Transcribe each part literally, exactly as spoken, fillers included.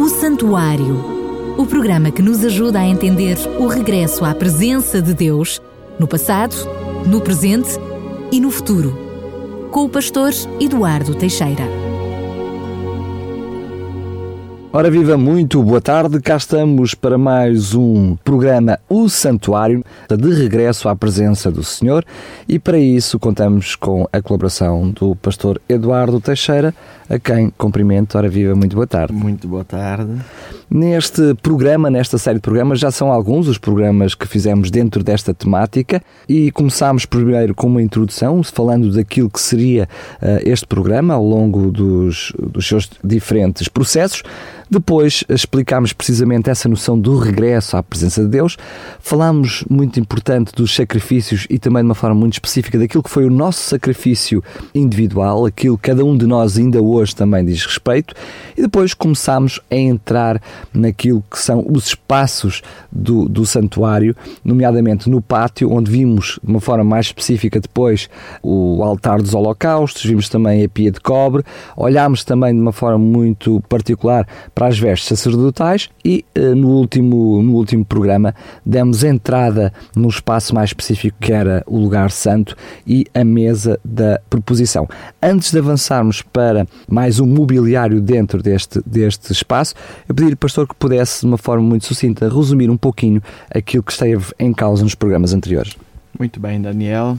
O Santuário, o programa que nos ajuda a entender o regresso à presença de Deus no passado, no presente e no futuro, com o pastor Eduardo Teixeira. Ora viva, muito boa tarde, cá estamos para mais um programa O Santuário, de regresso à presença do Senhor, e para isso contamos com a colaboração do pastor Eduardo Teixeira, a quem cumprimento. Ora viva, muito boa tarde. Muito boa tarde. Neste programa, nesta série de programas, já são alguns os programas que fizemos dentro desta temática e começámos primeiro com uma introdução, falando daquilo que seria uh, este programa ao longo dos, dos seus diferentes processos. Depois explicámos precisamente essa noção do regresso à presença de Deus. Falámos, muito importante, dos sacrifícios e também de uma forma muito específica daquilo que foi o nosso sacrifício individual, aquilo que cada um de nós ainda hoje também diz respeito. E depois começámos a entrar naquilo que são os espaços do, do santuário, nomeadamente no pátio, onde vimos de uma forma mais específica depois o altar dos holocaustos, vimos também a pia de cobre, olhámos também de uma forma muito particular para as vestes sacerdotais e no último, no último programa demos entrada num espaço mais específico que era o lugar santo e a mesa da proposição. Antes de avançarmos para mais um mobiliário dentro deste, deste espaço, eu pedi-lhe, pastor, que pudesse de uma forma muito sucinta resumir um pouquinho aquilo que esteve em causa nos programas anteriores. Muito bem, Daniel.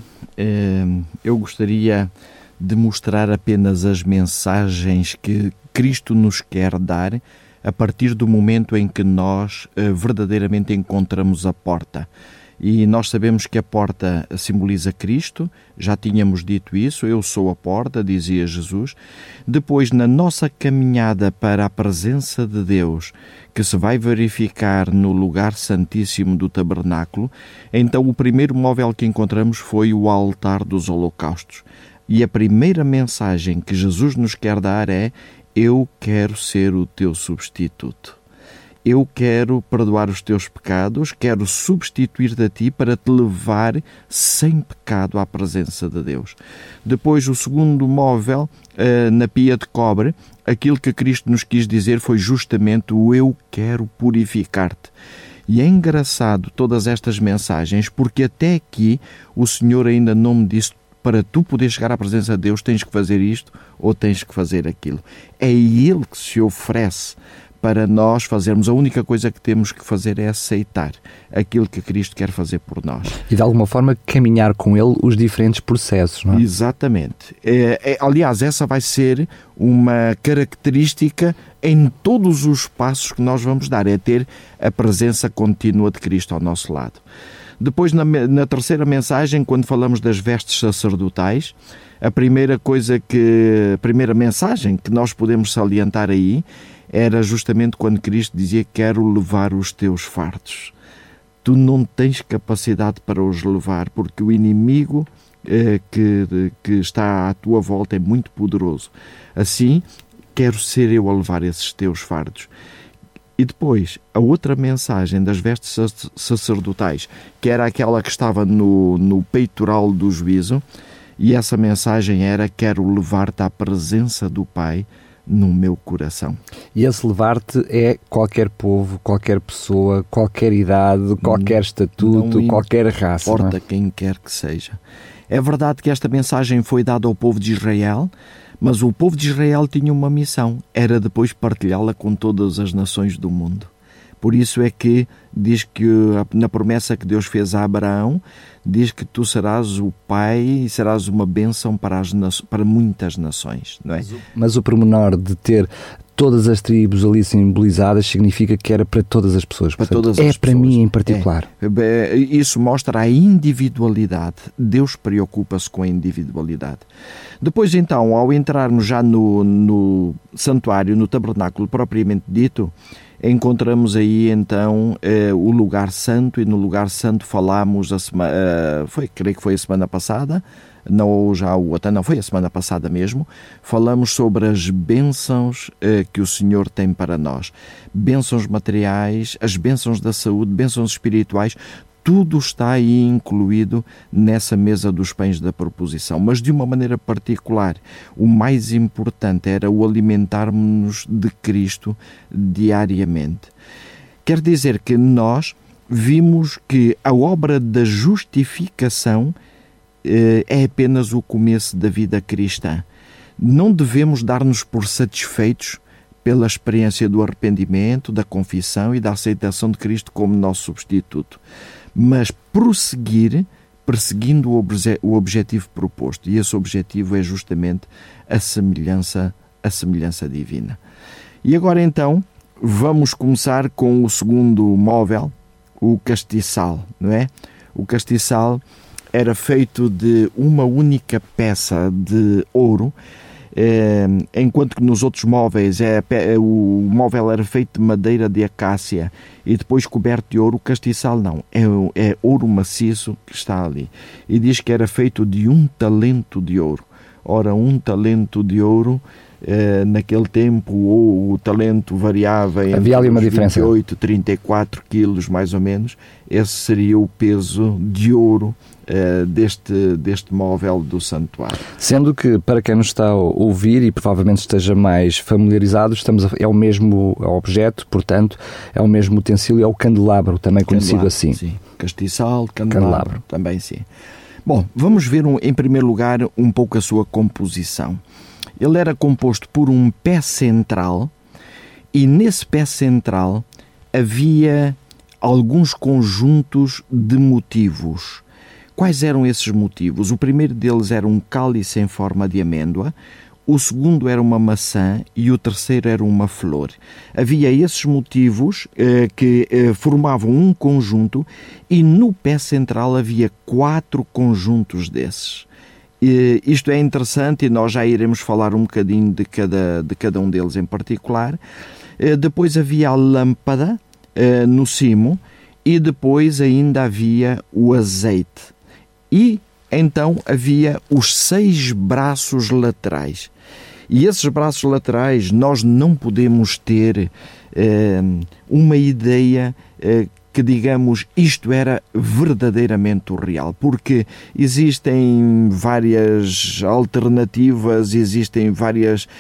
Eu gostaria de mostrar apenas as mensagens que Cristo nos quer dar a partir do momento em que nós uh, verdadeiramente encontramos a porta. E nós sabemos que a porta simboliza Cristo, já tínhamos dito isso, eu sou a porta, dizia Jesus. Depois, na nossa caminhada para a presença de Deus, que se vai verificar no lugar santíssimo do tabernáculo, então o primeiro móvel que encontramos foi o altar dos holocaustos. E a primeira mensagem que Jesus nos quer dar é: eu quero ser o teu substituto. Eu quero perdoar os teus pecados, quero substituir-te a ti para te levar sem pecado à presença de Deus. Depois, o segundo móvel, na pia de cobre, aquilo que Cristo nos quis dizer foi justamente o eu quero purificar-te. E é engraçado todas estas mensagens, porque até aqui o Senhor ainda não me disse: para tu poder chegar à presença de Deus tens que fazer isto ou tens que fazer aquilo. É Ele que se oferece para nós fazermos. A única coisa que temos que fazer é aceitar aquilo que Cristo quer fazer por nós. E de alguma forma caminhar com Ele os diferentes processos, não é? Exatamente. É, é, aliás, essa vai ser uma característica em todos os passos que nós vamos dar, é ter a presença contínua de Cristo ao nosso lado. Depois, na, na terceira mensagem, quando falamos das vestes sacerdotais, a primeira coisa que, a primeira mensagem que nós podemos salientar aí era justamente quando Cristo dizia: quero levar os teus fardos. Tu não tens capacidade para os levar, porque o inimigo eh, que, que está à tua volta é muito poderoso. Assim, quero ser eu a levar esses teus fardos. E depois, a outra mensagem das vestes sacerdotais, que era aquela que estava no, no peitoral do juízo, e essa mensagem era: quero levar-te à presença do Pai no meu coração. E esse levar-te é qualquer povo, qualquer pessoa, qualquer idade, qualquer estatuto, qualquer raça. Não importa quem quer que seja. É verdade que esta mensagem foi dada ao povo de Israel, mas o povo de Israel tinha uma missão, era depois partilhá-la com todas as nações do mundo. Por isso é que diz que na promessa que Deus fez a Abraão, diz que tu serás o pai e serás uma bênção para, as, para muitas nações, não é? Mas o, mas o pormenor de ter todas as tribos ali simbolizadas significa que era para todas as pessoas. Para Portanto, todas é as para pessoas. mim em particular. É, isso mostra a individualidade. Deus preocupa-se com a individualidade. Depois, então, ao entrarmos já no, no santuário, no tabernáculo propriamente dito, encontramos aí então eh, o lugar santo, e no lugar santo falámos a semana, eh, foi, creio que foi a semana passada, não já o outra, não, foi a semana passada mesmo, falamos sobre as bênçãos eh, que o Senhor tem para nós. Bênçãos materiais, as bênçãos da saúde, bênçãos espirituais, tudo está aí incluído nessa mesa dos pães da proposição, mas de uma maneira particular. O mais importante era o alimentarmos-nos de Cristo diariamente. Quer dizer que nós vimos que a obra da justificação eh, é apenas o começo da vida cristã. Não devemos dar-nos por satisfeitos pela experiência do arrependimento, da confissão e da aceitação de Cristo como nosso substituto, mas prosseguir perseguindo o, obje- o objetivo proposto. E esse objetivo é justamente a semelhança, a semelhança divina. E agora então vamos começar com o segundo móvel, o castiçal, não é? O castiçal era feito de uma única peça de ouro, eh, enquanto que nos outros móveis é, o móvel era feito de madeira de acácia e depois coberto de ouro. O castiçal não, é, é ouro maciço que está ali. E diz que era feito de um talento de ouro. Ora, um talento de ouro, eh, naquele tempo o, o talento variava entre havia ali uma diferença. vinte e oito, trinta e quatro quilos mais ou menos. Esse seria o peso de ouro uh, deste, deste móvel do santuário. Sendo que, para quem nos está a ouvir e provavelmente esteja mais familiarizado, estamos a, é o mesmo objeto, portanto, é o mesmo utensílio, é o candelabro, também conhecido Candelabro, assim. Sim. Castiçal, candelabro, Candelabro. Também sim. Bom, vamos ver um, em primeiro lugar um pouco a sua composição. Ele era composto por um pé central e nesse pé central havia alguns conjuntos de motivos. Quais eram esses motivos? O primeiro deles era um cálice em forma de amêndoa, o segundo era uma maçã e o terceiro era uma flor. Havia esses motivos eh, que eh, formavam um conjunto e no pé central havia quatro conjuntos desses. E isto é interessante e nós já iremos falar um bocadinho de cada, de cada um deles em particular. Eh, depois havia a lâmpada eh, no cimo e depois ainda havia o azeite. E então havia os seis braços laterais. E esses braços laterais nós não podemos ter eh, uma ideia eh, que digamos isto era verdadeiramente o real, porque existem várias alternativas, existem várias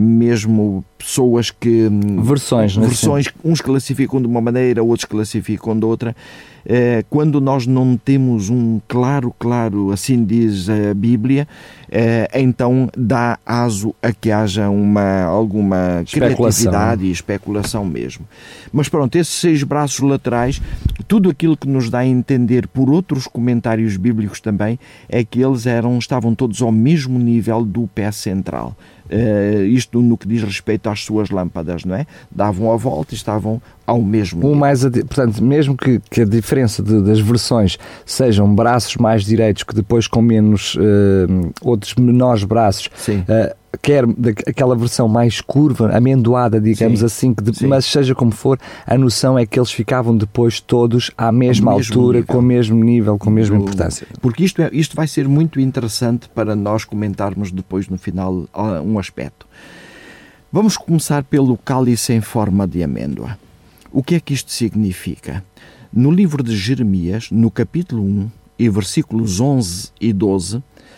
mesmo pessoas que... Versões, não é? Versões, uns classificam de uma maneira, outros classificam de outra. Eh, quando nós não temos um claro, claro, assim diz a Bíblia, eh, então dá aso a que haja uma, alguma criatividade e especulação mesmo. Mas pronto, esses seis braços laterais, tudo aquilo que nos dá a entender por outros comentários bíblicos também, é que eles eram, estavam todos ao mesmo nível do pé central. Uh, isto no que diz respeito às suas lâmpadas, não é? Davam a volta e estavam ao mesmo um nível. Mais adi- portanto, mesmo que, que a diferença de, das versões sejam braços mais direitos que depois com menos uh, outros menores braços, uh, quer aquela versão mais curva, amendoada, digamos sim, assim, que de, mas seja como for, a noção é que eles ficavam depois todos à mesma altura, nível. com o mesmo nível, com a mesma importância. Porque isto, é, isto vai ser muito interessante para nós comentarmos depois no final um aspecto. Vamos começar pelo cálice em forma de amêndoa. O que é que isto significa? No livro de Jeremias, no capítulo um, e versículos onze e doze,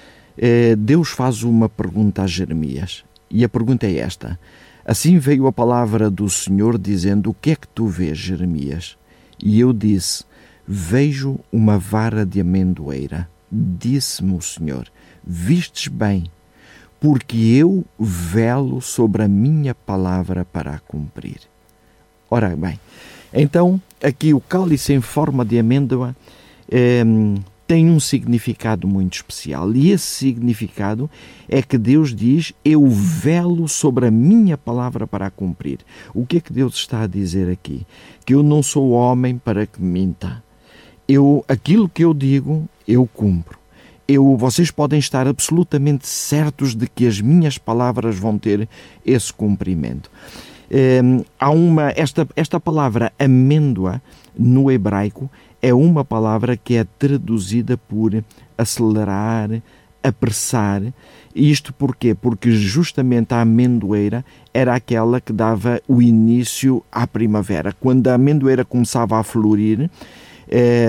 Deus faz uma pergunta a Jeremias, e a pergunta é esta: assim veio a palavra do Senhor dizendo, o que é que tu vês, Jeremias? E eu disse, vejo uma vara de amendoeira. Disse-me o Senhor, vistes bem, porque eu velo sobre a minha palavra para a cumprir. Ora bem, então aqui o cálice em forma de amêndoa é, tem um significado muito especial, e esse significado é que Deus diz, eu velo sobre a minha palavra para a cumprir. O que é que Deus está a dizer aqui? Que eu não sou homem para que minta. Eu, aquilo que eu digo, eu cumpro. Eu, vocês podem estar absolutamente certos de que as minhas palavras vão ter esse cumprimento. É, há uma, esta, esta palavra amêndoa no hebraico é uma palavra que é traduzida por acelerar, apressar. E isto porquê? Porque justamente a amendoeira era aquela que dava o início à primavera. Quando a amendoeira começava a florir, eh,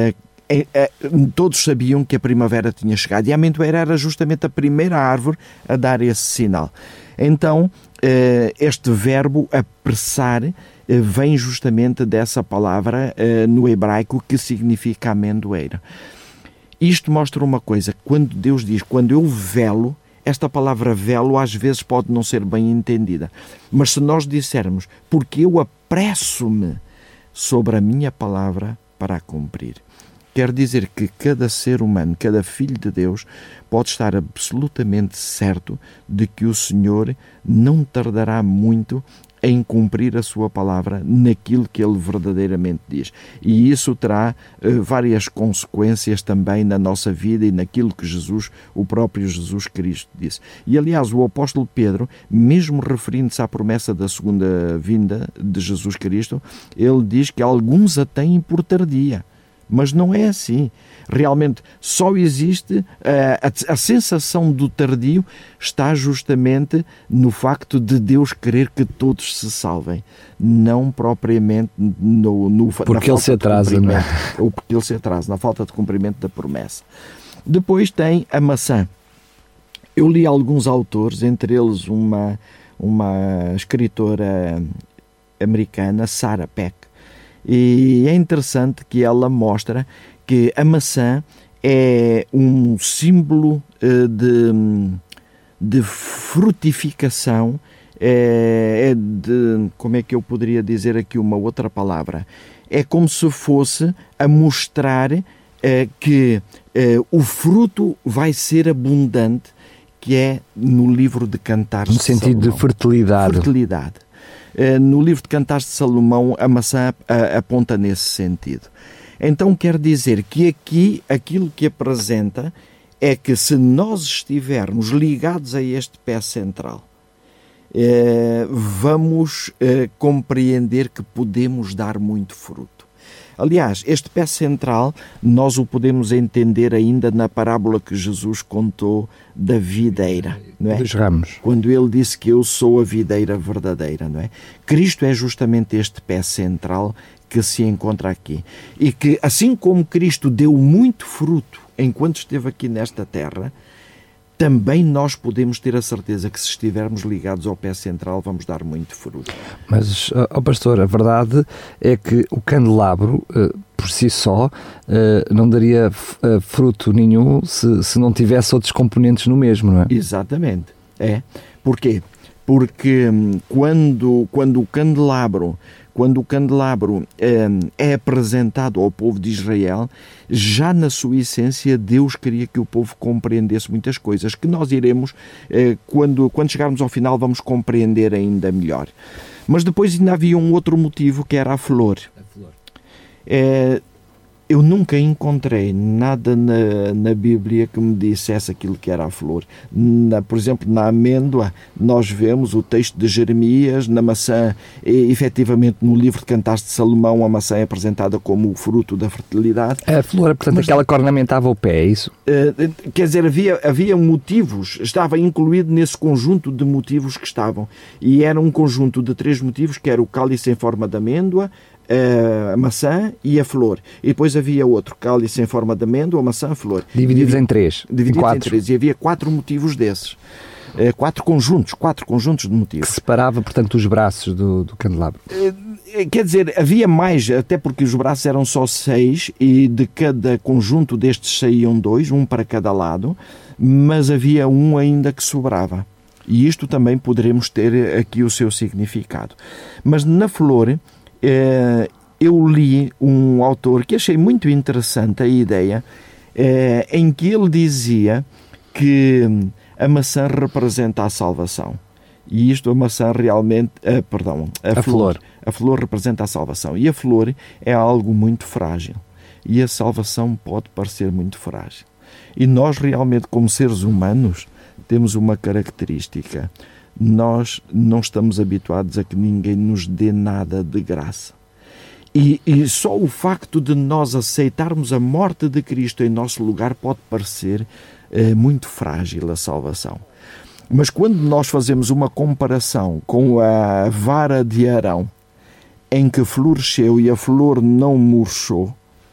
todos sabiam que a primavera tinha chegado e a amentoeira era justamente a primeira árvore a dar esse sinal. Então, este verbo apressar vem justamente dessa palavra no hebraico que significa amendoeira. Isto mostra uma coisa, quando Deus diz, quando eu velo, esta palavra velo às vezes pode não ser bem entendida, mas se nós dissermos, porque eu apresso-me sobre a minha palavra para a cumprir. Quer dizer que cada ser humano, cada filho de Deus, pode estar absolutamente certo de que o Senhor não tardará muito em cumprir a sua palavra naquilo que Ele verdadeiramente diz. E isso terá uh, várias consequências também na nossa vida e naquilo que Jesus, o próprio Jesus Cristo, disse. E aliás, o apóstolo Pedro, mesmo referindo-se à promessa da segunda vinda de Jesus Cristo, ele diz que alguns a têm por tardia. Mas não é assim. Realmente só existe a, a, a sensação do tardio está justamente no facto de Deus querer que todos se salvem, não propriamente no, no, porque ele se atrasa, não é? Ou porque ele se atrasa, na falta de cumprimento da promessa. Depois tem a maçã. Eu li alguns autores, entre eles uma, uma escritora americana, Sarah Peck, e é interessante que ela mostra que a maçã é um símbolo de, de frutificação, é de, como é que eu poderia dizer aqui uma outra palavra? É como se fosse a mostrar é, que é, o fruto vai ser abundante, que é no livro de Cantares no de sentido Salomão. de fertilidade. Fertilidade. No livro de Cantares de Salomão, a maçã aponta nesse sentido. Então quer dizer que aqui aquilo que apresenta é que se nós estivermos ligados a este pé central, eh, vamos eh, compreender que podemos dar muito fruto. Aliás, este pé central nós o podemos entender ainda na parábola que Jesus contou da videira, não é? Dos ramos. Quando ele disse que eu sou a videira verdadeira, não é? Cristo é justamente este pé central que se encontra aqui. E que, assim como Cristo deu muito fruto enquanto esteve aqui nesta terra, também nós podemos ter a certeza que se estivermos ligados ao pé central vamos dar muito fruto. Mas, ó pastor, a verdade é que o candelabro, por si só, não daria fruto nenhum se, se não tivesse outros componentes no mesmo, não é? Exatamente. É. Porquê? Porque quando, quando o candelabro quando o candelabro é, é apresentado ao povo de Israel, já na sua essência Deus queria que o povo compreendesse muitas coisas, que nós iremos, é, quando, quando chegarmos ao final, vamos compreender ainda melhor. Mas depois ainda havia um outro motivo, que era a flor. A flor. É, eu nunca encontrei nada na, na Bíblia que me dissesse aquilo que era a flor. Na, por exemplo, na amêndoa, nós vemos o texto de Jeremias, na maçã, e, efetivamente, no livro de Cantares de Salomão, a maçã é apresentada como o fruto da fertilidade. A flor, portanto, mas, aquela que ornamentava o pé, é isso? Uh, quer dizer, havia, havia motivos, estava incluído nesse conjunto de motivos que estavam. E era um conjunto de três motivos, que era o cálice em forma de amêndoa, a maçã e a flor. E depois havia outro cálice em forma de amêndoa, a maçã, a flor. Divididos havia, em três. Divididos em, quatro. em três. E havia quatro motivos desses. Quatro conjuntos, quatro conjuntos de motivos. Que separava, portanto, os braços do, do candelabro. Quer dizer, havia mais, até porque os braços eram só seis e de cada conjunto destes saíam dois, um para cada lado, mas havia um ainda que sobrava. E isto também poderemos ter aqui o seu significado. Mas na flor, eu li um autor que achei muito interessante a ideia, em que ele dizia que a maçã representa a salvação. E isto, a maçã realmente, uh, perdão, a, a flor, flor. A flor representa a salvação. E a flor é algo muito frágil. E a salvação pode parecer muito frágil. E nós realmente, como seres humanos, temos uma característica. Nós não estamos habituados a que ninguém nos dê nada de graça. E, e só o facto de nós aceitarmos a morte de Cristo em nosso lugar pode parecer uh, muito frágil a salvação. Mas quando nós fazemos uma comparação com a vara de Arão, em que floresceu e a flor não murchou,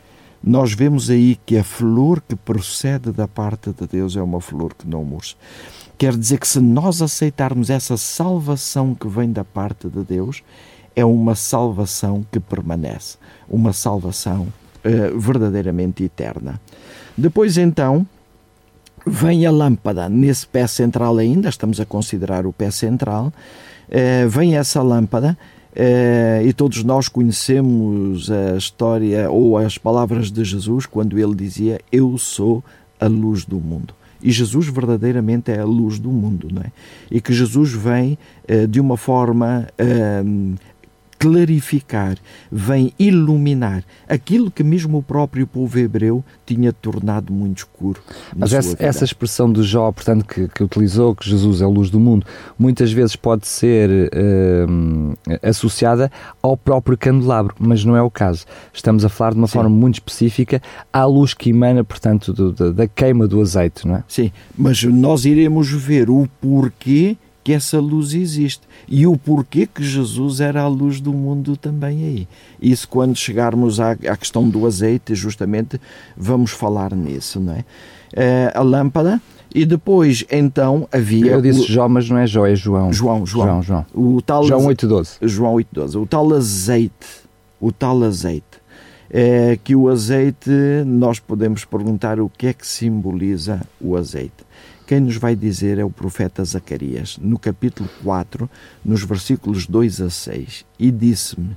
nós vemos aí que a flor que procede da parte de Deus é uma flor que não murcha. Quer dizer que se nós aceitarmos essa salvação que vem da parte de Deus, é uma salvação que permanece, uma salvação uh, verdadeiramente eterna. Depois então, vem a lâmpada, nesse pé central ainda, estamos a considerar o pé central, uh, vem essa lâmpada, uh, e todos nós conhecemos a história ou as palavras de Jesus, quando ele dizia, eu sou a luz do mundo. E Jesus verdadeiramente é a luz do mundo, não é? E que Jesus vem uh, de uma forma uh, clarificar, vem iluminar aquilo que mesmo o próprio povo hebreu tinha tornado muito escuro. Mas essa, essa expressão de Jó, portanto, que, que utilizou, que Jesus é a luz do mundo, muitas vezes pode ser uh, associada ao próprio candelabro, mas não é o caso. Estamos a falar de uma Sim. forma muito específica à luz que emana, portanto, do, da, da queima do azeite, não é? Sim, mas nós iremos ver o porquê que essa luz existe e o porquê que Jesus era a luz do mundo também aí. Isso quando chegarmos à, à questão do azeite, justamente vamos falar nisso, não é? É a lâmpada, e depois então havia... Eu disse o... Jó, mas não é Jó, é João. João, João. João, João. O tal João oito doze. João oito doze. O tal azeite, o tal azeite, é que o azeite, nós podemos perguntar o que é que simboliza o azeite. Quem nos vai dizer é o profeta Zacarias, no capítulo quatro, nos versículos dois a seis. E disse-me,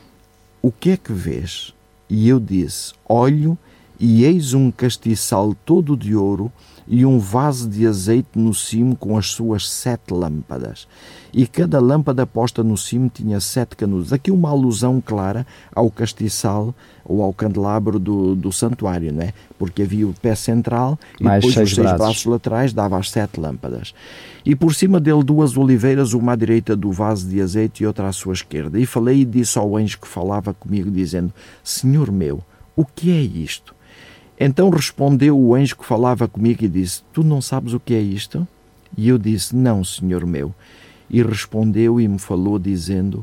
o que é que vês? E eu disse, olho, e eis um castiçal todo de ouro e um vaso de azeite no cimo com as suas sete lâmpadas. E cada lâmpada posta no cimo tinha sete canudos. Aqui uma alusão clara ao castiçal ou ao candelabro do, do santuário, não é? Porque havia o pé central e mais depois seis os seis braços. braços laterais dava as sete lâmpadas. E por cima dele duas oliveiras, uma à direita do vaso de azeite e outra à sua esquerda. E falei e disse ao anjo que falava comigo, dizendo, Senhor meu, o que é isto? Então respondeu o anjo que falava comigo e disse, tu não sabes o que é isto? E eu disse, não, Senhor meu. E respondeu e me falou dizendo,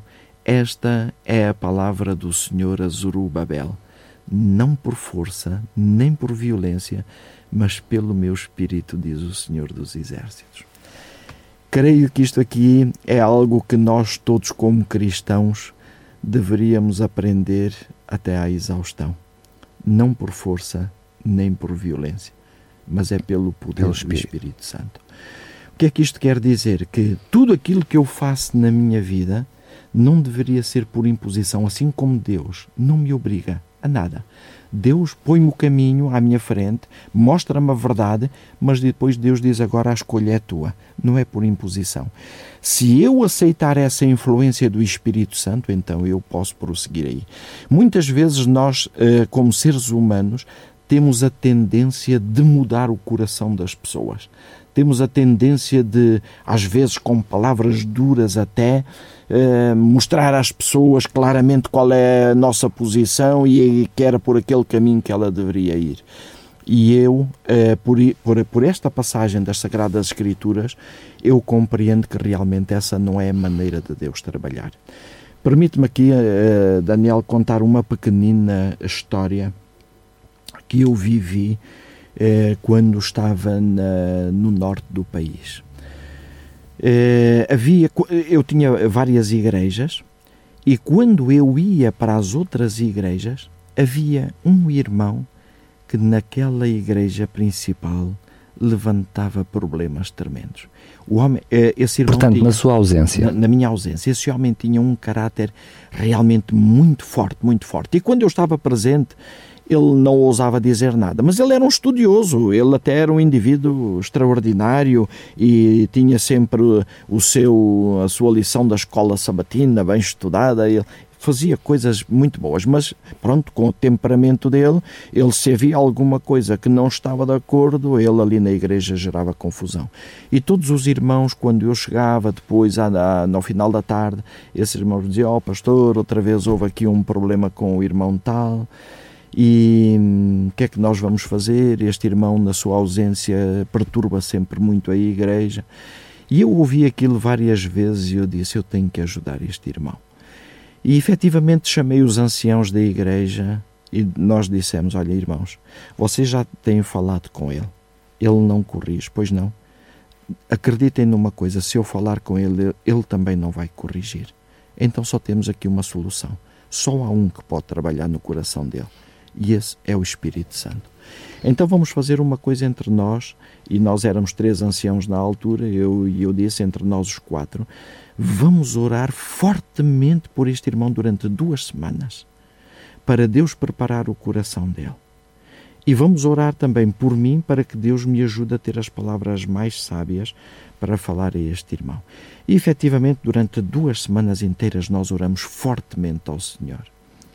esta é a palavra do Senhor a Zorobabel, não por força, nem por violência, mas pelo meu Espírito, diz o Senhor dos Exércitos. Creio que isto aqui é algo que nós todos como cristãos deveríamos aprender até à exaustão. Não por força, nem por violência, mas é pelo poder pelo do Espírito. Espírito Santo. O que é que isto quer dizer? Que tudo aquilo que eu faço na minha vida não deveria ser por imposição, assim como Deus não me obriga a nada. Deus põe-me o caminho à minha frente, mostra-me a verdade, mas depois Deus diz agora a escolha é tua, não é por imposição. Se eu aceitar essa influência do Espírito Santo, então eu posso prosseguir aí. Muitas vezes nós, como seres humanos, temos a tendência de mudar o coração das pessoas. Temos a tendência de, às vezes com palavras duras até, eh, mostrar às pessoas claramente qual é a nossa posição e que era por aquele caminho que ela deveria ir. E eu, eh, por, por, por esta passagem das Sagradas Escrituras, eu compreendo que realmente essa não é a maneira de Deus trabalhar. Permite-me aqui, eh, Daniel, contar uma pequenina história que eu vivi eh, quando estava na, no norte do país. Eh, havia, eu tinha várias igrejas e quando eu ia para as outras igrejas, havia um irmão que naquela igreja principal levantava problemas tremendos. O homem, esse irmão Portanto, tinha, na sua ausência. Na, na minha ausência, esse homem tinha um caráter realmente muito forte, muito forte. E quando eu estava presente, ele não ousava dizer nada, mas ele era um estudioso, ele até era um indivíduo extraordinário e tinha sempre o seu, a sua lição da escola sabatina bem estudada, ele fazia coisas muito boas, mas pronto, com o temperamento dele, ele se havia alguma coisa que não estava de acordo, ele ali na igreja gerava confusão. E todos os irmãos, quando eu chegava depois, no final da tarde, esses irmãos diziam, ó oh, pastor, outra vez houve aqui um problema com o irmão tal, e o que é que nós vamos fazer? Este irmão, na sua ausência, perturba sempre muito a igreja. E eu ouvi aquilo várias vezes e eu disse, eu tenho que ajudar este irmão. E efetivamente chamei os anciãos da igreja e nós dissemos, olha irmãos, vocês já têm falado com ele, ele não corrige, pois não? Acreditem numa coisa, se eu falar com ele, ele também não vai corrigir. Então só temos aqui uma solução. Só há um que pode trabalhar no coração dele, e esse é o Espírito Santo. Então vamos fazer uma coisa entre nós, e nós éramos três anciãos na altura, eu e eu disse, entre nós os quatro, vamos orar fortemente por este irmão durante duas semanas, para Deus preparar o coração dele. E vamos orar também por mim, para que Deus me ajude a ter as palavras mais sábias para falar a este irmão. E efetivamente, durante duas semanas inteiras, nós oramos fortemente ao Senhor.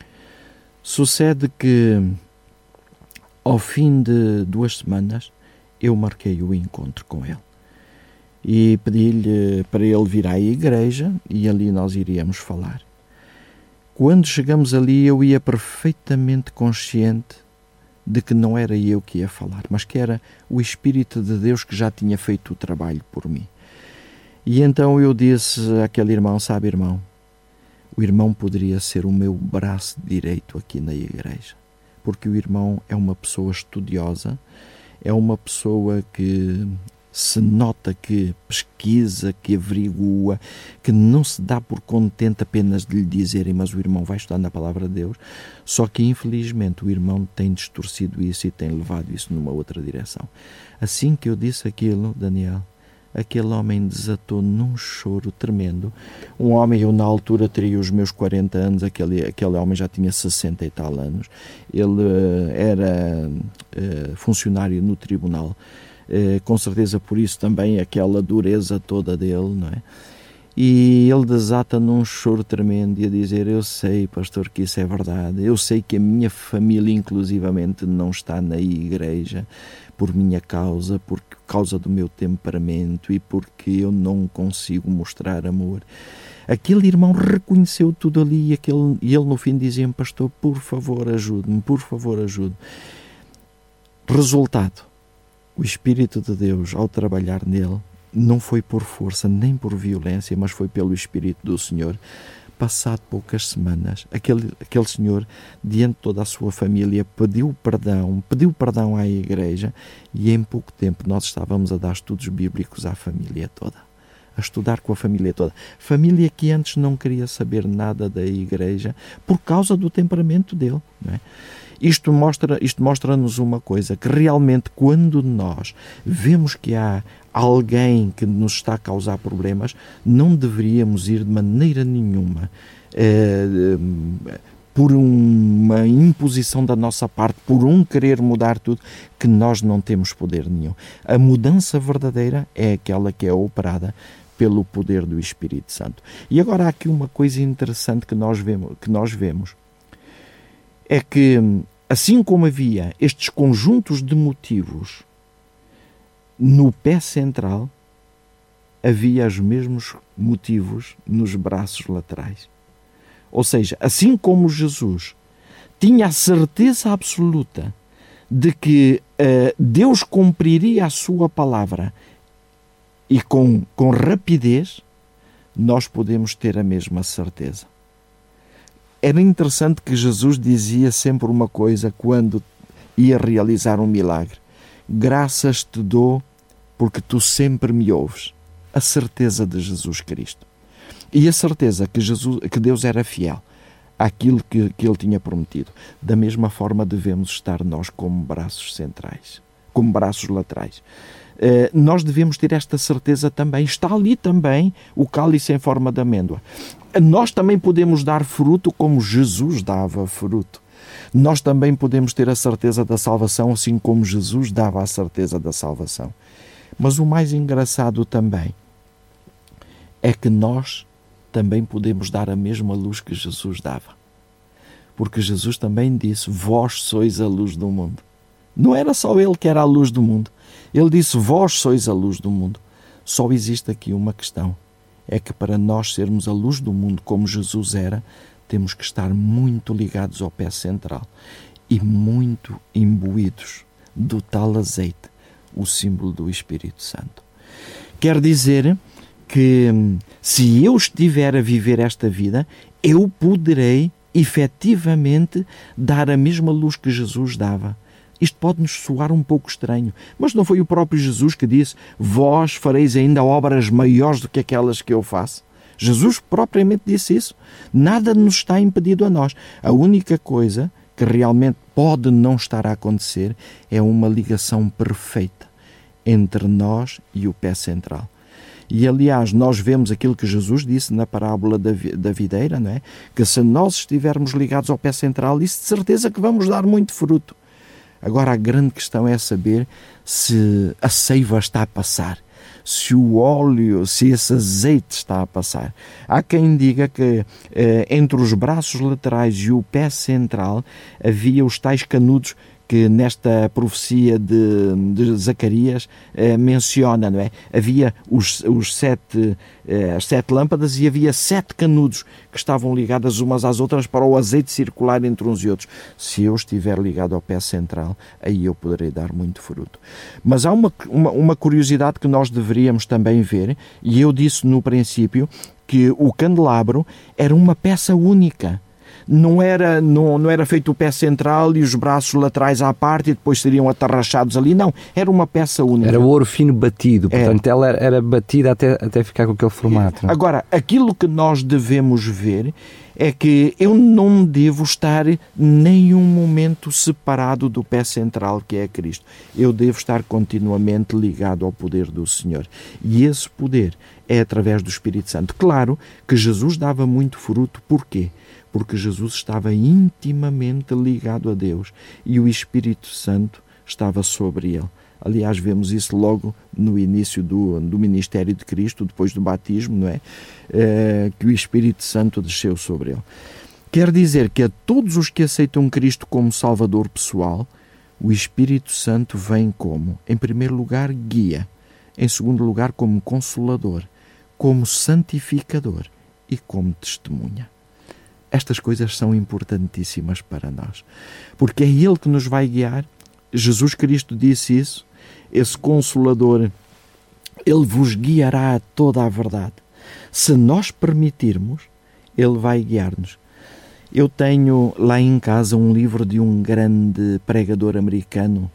Sucede que, ao fim de duas semanas, eu marquei o encontro com ele. E pedi-lhe para ele vir à igreja, e ali nós iríamos falar. Quando chegamos ali, eu ia perfeitamente consciente de que não era eu que ia falar, mas que era o Espírito de Deus que já tinha feito o trabalho por mim. E então eu disse àquele irmão, sabe irmão, o irmão poderia ser o meu braço direito aqui na igreja, porque o irmão é uma pessoa estudiosa, é uma pessoa que se nota que pesquisa, que averigua, que não se dá por contente apenas de lhe dizerem, mas o irmão vai estudar na palavra de Deus, só que infelizmente o irmão tem distorcido isso e tem levado isso numa outra direção. Assim que eu disse aquilo, Daniel, aquele homem desatou num choro tremendo. Um homem, eu na altura teria os meus quarenta anos, aquele, aquele homem já tinha sessenta e tal anos, ele uh, era uh, funcionário no tribunal, Uh, com certeza por isso também aquela dureza toda dele, não é? E ele desata num choro tremendo e a dizer, eu sei, pastor, que isso é verdade, eu sei que a minha família inclusivamente não está na igreja por minha causa, por causa do meu temperamento e porque eu não consigo mostrar amor. Aquele irmão reconheceu tudo ali e, aquele, e ele no fim dizia, pastor, por favor ajude-me, por favor ajude-me. Resultado, o Espírito de Deus, ao trabalhar nele, não foi por força nem por violência, mas foi pelo Espírito do Senhor. Passado poucas semanas, aquele, aquele senhor, diante de toda a sua família, pediu perdão, pediu perdão à igreja e em pouco tempo nós estávamos a dar estudos bíblicos à família toda, a estudar com a família toda. Família que antes não queria saber nada da igreja por causa do temperamento dele, não é? Isto mostra, isto mostra-nos uma coisa, que realmente quando nós vemos que há alguém que nos está a causar problemas, não deveríamos ir de maneira nenhuma eh, por uma imposição da nossa parte, por um querer mudar tudo, que nós não temos poder nenhum. A mudança verdadeira é aquela que é operada pelo poder do Espírito Santo. E agora há aqui uma coisa interessante que nós vemos, que nós vemos. É que, assim como havia estes conjuntos de motivos no pé central, havia os mesmos motivos nos braços laterais. Ou seja, assim como Jesus tinha a certeza absoluta de que uh, Deus cumpriria a sua palavra e com, com rapidez, nós podemos ter a mesma certeza. Era interessante que Jesus dizia sempre uma coisa quando ia realizar um milagre. Graças te dou porque tu sempre me ouves. A certeza de Jesus Cristo. E a certeza que, Jesus, que Deus era fiel àquilo que, que Ele tinha prometido. Da mesma forma devemos estar nós como braços centrais, como braços laterais. Uh, nós devemos ter esta certeza também. Está ali também o cálice em forma de amêndoa. Nós também podemos dar fruto como Jesus dava fruto. Nós também podemos ter a certeza da salvação assim como Jesus dava a certeza da salvação. Mas o mais engraçado também é que nós também podemos dar a mesma luz que Jesus dava. Porque Jesus também disse, vós sois a luz do mundo. Não era só Ele que era a luz do mundo. Ele disse, vós sois a luz do mundo. Só existe aqui uma questão. É que para nós sermos a luz do mundo como Jesus era, temos que estar muito ligados ao pé central e muito imbuídos do tal azeite, o símbolo do Espírito Santo. Quer dizer que se eu estiver a viver esta vida, eu poderei efetivamente dar a mesma luz que Jesus dava. Isto pode-nos soar um pouco estranho, mas não foi o próprio Jesus que disse: vós fareis ainda obras maiores do que aquelas que eu faço? Jesus propriamente disse isso. Nada nos está impedido a nós. A única coisa que realmente pode não estar a acontecer é uma ligação perfeita entre nós e o pé central. E, aliás, nós vemos aquilo que Jesus disse na parábola da, da videira, não é? Que se nós estivermos ligados ao pé central, isso de certeza que vamos dar muito fruto. Agora, a grande questão é saber se a seiva está a passar, se o óleo, se esse azeite está a passar. Há quem diga que eh, entre os braços laterais e o pé central havia os tais canudos que nesta profecia de, de Zacarias eh, menciona, não é? Havia os, os sete, eh, as sete lâmpadas e havia sete canudos que estavam ligadas umas às outras para o azeite circular entre uns e outros. Se eu estiver ligado ao pé central, aí eu poderei dar muito fruto. Mas há uma, uma, uma curiosidade que nós deveríamos também ver, e eu disse no princípio que o candelabro era uma peça única. Não era, não, não era feito o pé central e os braços laterais à parte e depois seriam atarrachados ali. Não, era uma peça única. Era ouro fino batido, portanto era. ela era, era batida até, até ficar com aquele formato. Não? Agora, aquilo que nós devemos ver é que eu não devo estar nenhum momento separado do pé central, que é Cristo. Eu devo estar continuamente ligado ao poder do Senhor. E esse poder é através do Espírito Santo. Claro que Jesus dava muito fruto. Porquê? Porque Jesus estava intimamente ligado a Deus e o Espírito Santo estava sobre ele. Aliás, vemos isso logo no início do, do ministério de Cristo, depois do batismo, não é? É, que o Espírito Santo desceu sobre ele. Quer dizer que a todos os que aceitam Cristo como Salvador pessoal, o Espírito Santo vem como, em primeiro lugar, guia, em segundo lugar, como consolador, como santificador e como testemunha. Estas coisas são importantíssimas para nós, porque é Ele que nos vai guiar. Jesus Cristo disse isso, esse Consolador, Ele vos guiará a toda a verdade. Se nós permitirmos, Ele vai guiar-nos. Eu tenho lá em casa um livro de um grande pregador americano,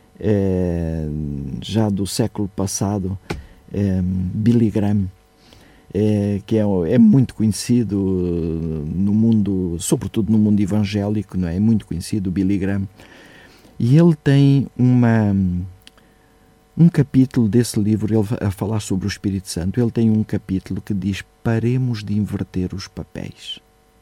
é, já do século passado, é, Billy Graham, É, que é, é muito conhecido no mundo, sobretudo no mundo evangélico, não é? É muito conhecido, o Billy Graham. E ele tem uma, um capítulo desse livro, ele, a falar sobre o Espírito Santo, ele tem um capítulo que diz: paremos de inverter os papéis.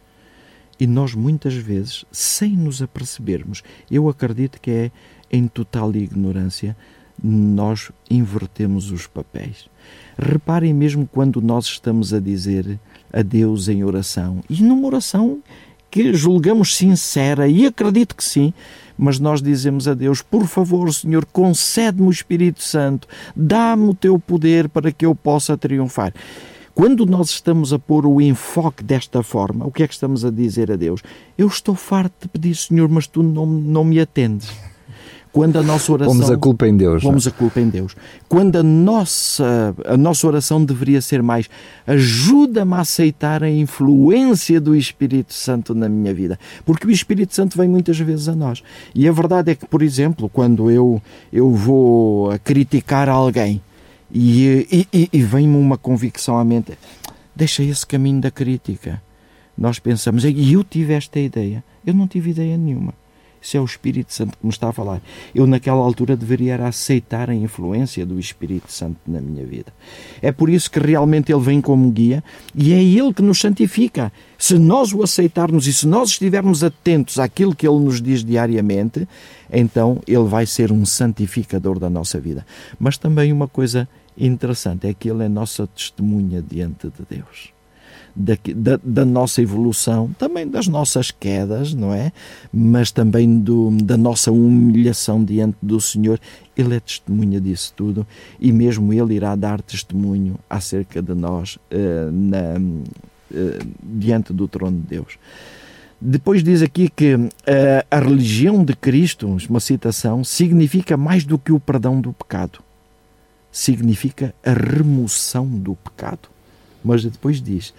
E nós muitas vezes, sem nos apercebermos, eu acredito que é em total ignorância, nós invertemos os papéis. Reparem mesmo quando nós estamos a dizer a Deus em oração, e numa oração que julgamos sincera, e acredito que sim, mas nós dizemos a Deus: por favor, Senhor, concede-me o Espírito Santo, dá-me o teu poder para que eu possa triunfar. Quando nós estamos a pôr o enfoque desta forma, o que é que estamos a dizer a Deus? Eu estou farto de pedir, Senhor, mas tu não, não me atendes. Quando a nossa oração... Pomos a culpa em Deus. Pomos a culpa em Deus. Quando a nossa, a nossa oração deveria ser mais: ajuda-me a aceitar a influência do Espírito Santo na minha vida. Porque o Espírito Santo vem muitas vezes a nós. E a verdade é que, por exemplo, quando eu, eu vou criticar alguém e, e, e, e vem-me uma convicção à mente: deixa esse caminho da crítica. Nós pensamos: e eu tive esta ideia. Eu não tive ideia nenhuma. Isso é o Espírito Santo que me está a falar. Eu naquela altura deveria aceitar a influência do Espírito Santo na minha vida. É por isso que realmente Ele vem como guia e é Ele que nos santifica. Se nós o aceitarmos e se nós estivermos atentos àquilo que Ele nos diz diariamente, então Ele vai ser um santificador da nossa vida. Mas também uma coisa interessante é que Ele é nossa testemunha diante de Deus. Da, da, da nossa evolução, também das nossas quedas, não é? Mas também do, da nossa humilhação diante do Senhor. Ele é testemunha disso tudo e mesmo Ele irá dar testemunho acerca de nós uh, na, uh, diante do trono de Deus. Depois diz aqui que uh, a religião de Cristo, uma citação, significa mais do que o perdão do pecado. Significa a remoção do pecado. Mas depois diz: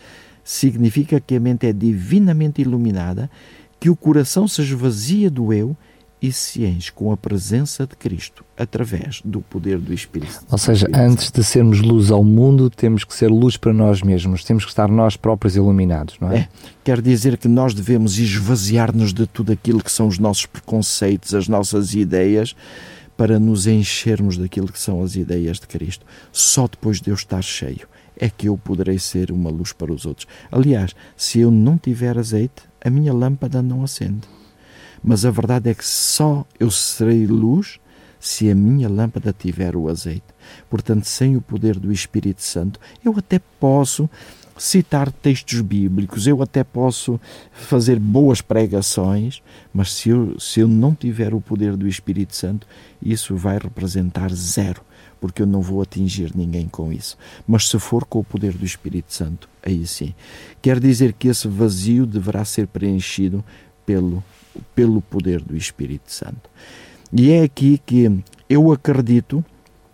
significa que a mente é divinamente iluminada, que o coração se esvazia do eu e se enche com a presença de Cristo através do poder do Espírito. Ou seja, antes de sermos luz ao mundo, temos que ser luz para nós mesmos, temos que estar nós próprios iluminados, não é? É, quer dizer que nós devemos esvaziar-nos de tudo aquilo que são os nossos preconceitos, as nossas ideias, para nos enchermos daquilo que são as ideias de Cristo. Só depois de eu estar cheio é que eu poderei ser uma luz para os outros. Aliás, se eu não tiver azeite, a minha lâmpada não acende. Mas a verdade é que só eu serei luz se a minha lâmpada tiver o azeite. Portanto, sem o poder do Espírito Santo, eu até posso citar textos bíblicos, eu até posso fazer boas pregações, mas se eu, se eu não tiver o poder do Espírito Santo, isso vai representar zero, porque eu não vou atingir ninguém com isso. Mas se for com o poder do Espírito Santo, aí sim. Quer dizer que esse vazio deverá ser preenchido pelo pelo poder do Espírito Santo. E é aqui que eu acredito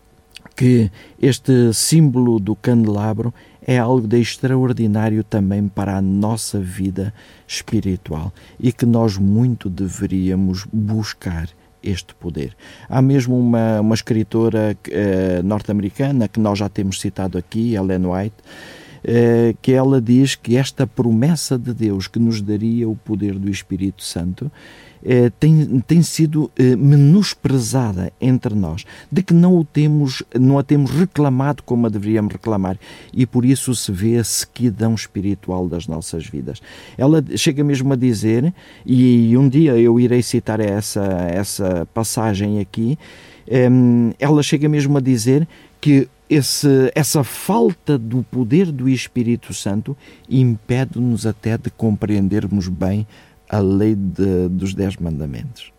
que este símbolo do candelabro é algo de extraordinário também para a nossa vida espiritual e que nós muito deveríamos buscar este poder. Há mesmo uma, uma escritora uh, norte-americana que nós já temos citado aqui, Ellen White, Uh, que ela diz que esta promessa de Deus que nos daria o poder do Espírito Santo uh, tem, tem sido uh, menosprezada entre nós, de que não, o temos, não a temos reclamado como a deveríamos reclamar, e por isso se vê a sequidão espiritual das nossas vidas. Ela chega mesmo a dizer, e um dia eu irei citar essa, essa passagem aqui, um, ela chega mesmo a dizer que Esse, essa falta do poder do Espírito Santo impede-nos até de compreendermos bem a lei de, dos Dez Mandamentos.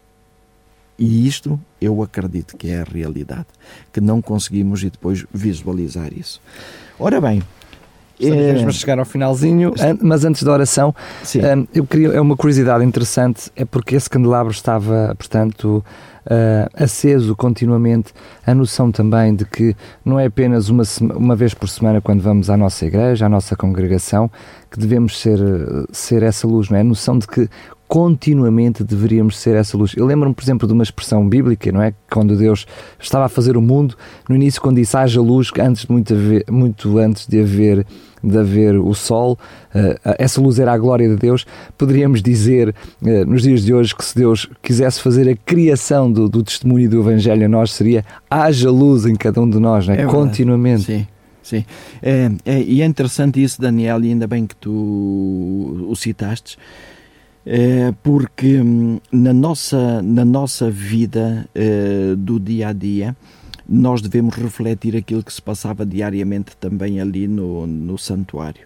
E isto eu acredito que é a realidade, que não conseguimos e depois visualizar isso. Ora bem, estamos a chegar ao finalzinho, mas antes da oração, sim. eu queria, é uma curiosidade interessante, é porque esse candelabro estava, portanto, Uh, aceso continuamente, a noção também de que não é apenas uma, uma vez por semana quando vamos à nossa igreja, à nossa congregação, que devemos ser, ser essa luz, não é? A noção de que continuamente deveríamos ser essa luz. Eu lembro-me, por exemplo, de uma expressão bíblica, não é? Quando Deus estava a fazer o mundo, no início, quando disse haja luz, antes de muito, haver, muito antes de haver, de haver o sol, uh, essa luz era a glória de Deus. Poderíamos dizer, uh, nos dias de hoje, que se Deus quisesse fazer a criação do, do testemunho do Evangelho a nós, seria haja luz em cada um de nós, não é? É continuamente. Sim. Sim, é, é, e é interessante isso, Daniel, e ainda bem que tu o citaste, é, porque na nossa, na nossa vida é, do dia a dia, nós devemos refletir aquilo que se passava diariamente também ali no, no santuário.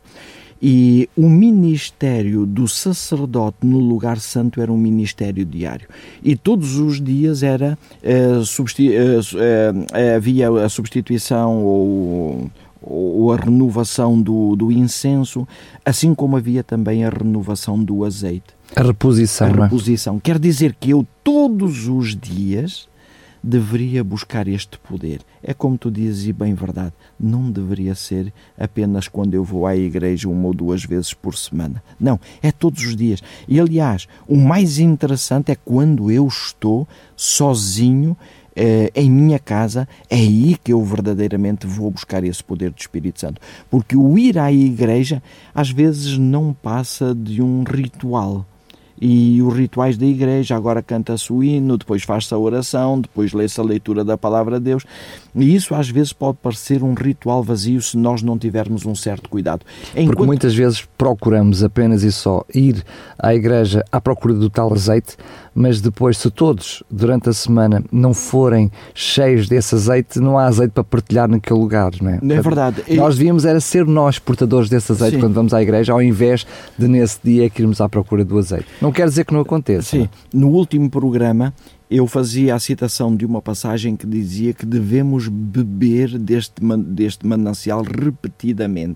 E o ministério do sacerdote no lugar santo era um ministério diário. E todos os dias era, é, substi- é, é, havia a substituição ou... ou a renovação do, do incenso, assim como havia também a renovação do azeite. A reposição, A não é? reposição. Quer dizer que eu todos os dias deveria buscar este poder. É como tu dizes, e bem verdade, não deveria ser apenas quando eu vou à igreja uma ou duas vezes por semana. Não, é todos os dias. E aliás, o mais interessante é quando eu estou sozinho Uh, em minha casa, é aí que eu verdadeiramente vou buscar esse poder do Espírito Santo. Porque o ir à igreja às vezes não passa de um ritual. E os rituais da igreja, agora canta-se o hino, depois faz-se a oração, depois lê-se a leitura da palavra de Deus. E isso às vezes pode parecer um ritual vazio se nós não tivermos um certo cuidado. Enquanto... Porque muitas vezes procuramos apenas e só ir à igreja à procura do tal azeite, mas depois, se todos durante a semana não forem cheios desse azeite, não há azeite para partilhar naquele lugar, não é? Não é verdade. Nós devíamos era ser nós portadores desse azeite. Sim. Quando vamos à igreja, ao invés de nesse dia que irmos à procura do azeite. Não quer dizer que não aconteça. Sim. No último programa eu fazia a citação de uma passagem que dizia que devemos beber deste, deste manancial repetidamente.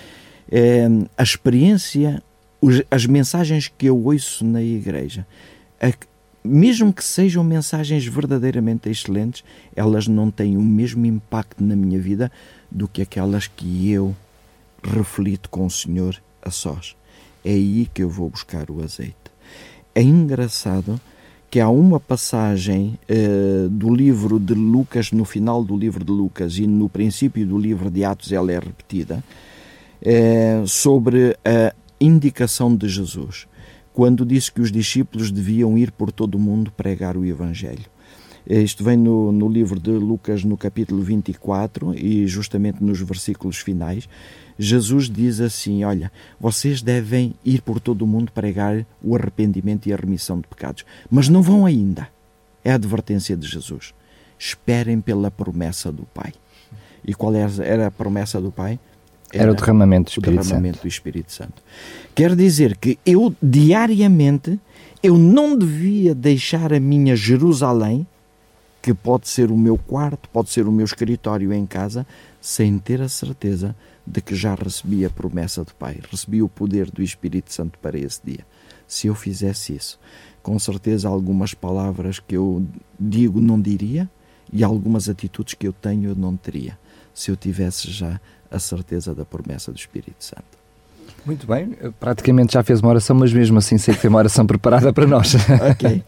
É, a experiência, os, as mensagens que eu ouço na igreja, a, mesmo que sejam mensagens verdadeiramente excelentes, elas não têm o mesmo impacto na minha vida do que aquelas que eu reflito com o Senhor a sós. É aí que eu vou buscar o azeite. É engraçado que há uma passagem uh, do livro de Lucas, no final do livro de Lucas e no princípio do livro de Atos, ela é repetida, uh, sobre a indicação de Jesus, quando disse que os discípulos deviam ir por todo o mundo pregar o Evangelho. Isto vem no, no livro de Lucas, no capítulo vinte e quatro, e justamente nos versículos finais, Jesus diz assim, olha, vocês devem ir por todo o mundo pregar o arrependimento e a remissão de pecados, mas não vão ainda. É a advertência de Jesus. Esperem pela promessa do Pai. E qual era a promessa do Pai? Era, era o derramamento do Espírito, o derramamento do Espírito Santo. Quer dizer que eu, diariamente, eu não devia deixar a minha Jerusalém, que pode ser o meu quarto, pode ser o meu escritório em casa, sem ter a certeza de que já recebi a promessa do Pai, recebi o poder do Espírito Santo para esse dia. Se eu fizesse isso, com certeza algumas palavras que eu digo não diria e algumas atitudes que eu tenho eu não teria, se eu tivesse já a certeza da promessa do Espírito Santo. Muito bem, praticamente já fez uma oração, mas mesmo assim sei que tem uma oração preparada para nós. Ok.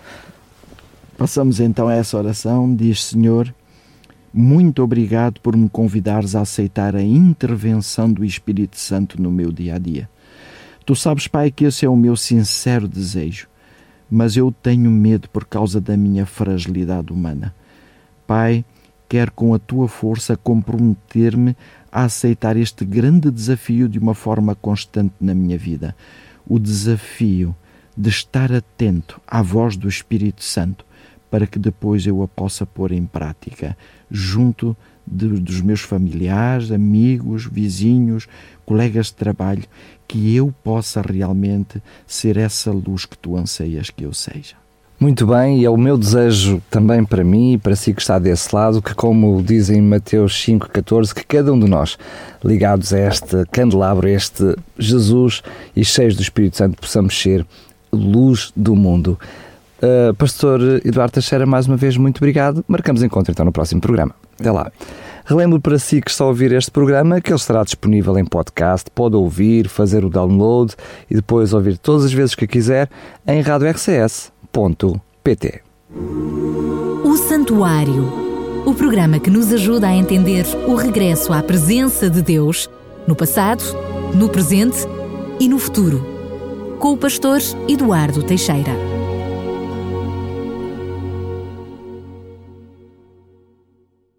Passamos então a essa oração. Diz: Senhor, muito obrigado por me convidares a aceitar a intervenção do Espírito Santo no meu dia-a-dia. Tu sabes, Pai, que esse é o meu sincero desejo, mas eu tenho medo por causa da minha fragilidade humana. Pai, quero com a Tua força comprometer-me a aceitar este grande desafio de uma forma constante na minha vida. O desafio de estar atento à voz do Espírito Santo, para que depois eu a possa pôr em prática, junto de, dos meus familiares, amigos, vizinhos, colegas de trabalho, que eu possa realmente ser essa luz que Tu anseias que eu seja. Muito bem, e é o meu desejo também para mim e para si que está desse lado, que, como dizem em Mateus cinco, catorze, que cada um de nós, ligados a este candelabro, a este Jesus e cheios do Espírito Santo, possamos ser luz do mundo. Uh, Pastor Eduardo Teixeira, mais uma vez, muito obrigado. Marcamos encontro então no próximo programa. Até lá. Relembro para si que está a ouvir este programa que ele estará disponível em podcast, pode ouvir, fazer o download e depois ouvir todas as vezes que quiser em rádio r c s ponto p t. O Santuário, o programa que nos ajuda a entender o regresso à presença de Deus no passado, no presente e no futuro, com o pastor Eduardo Teixeira.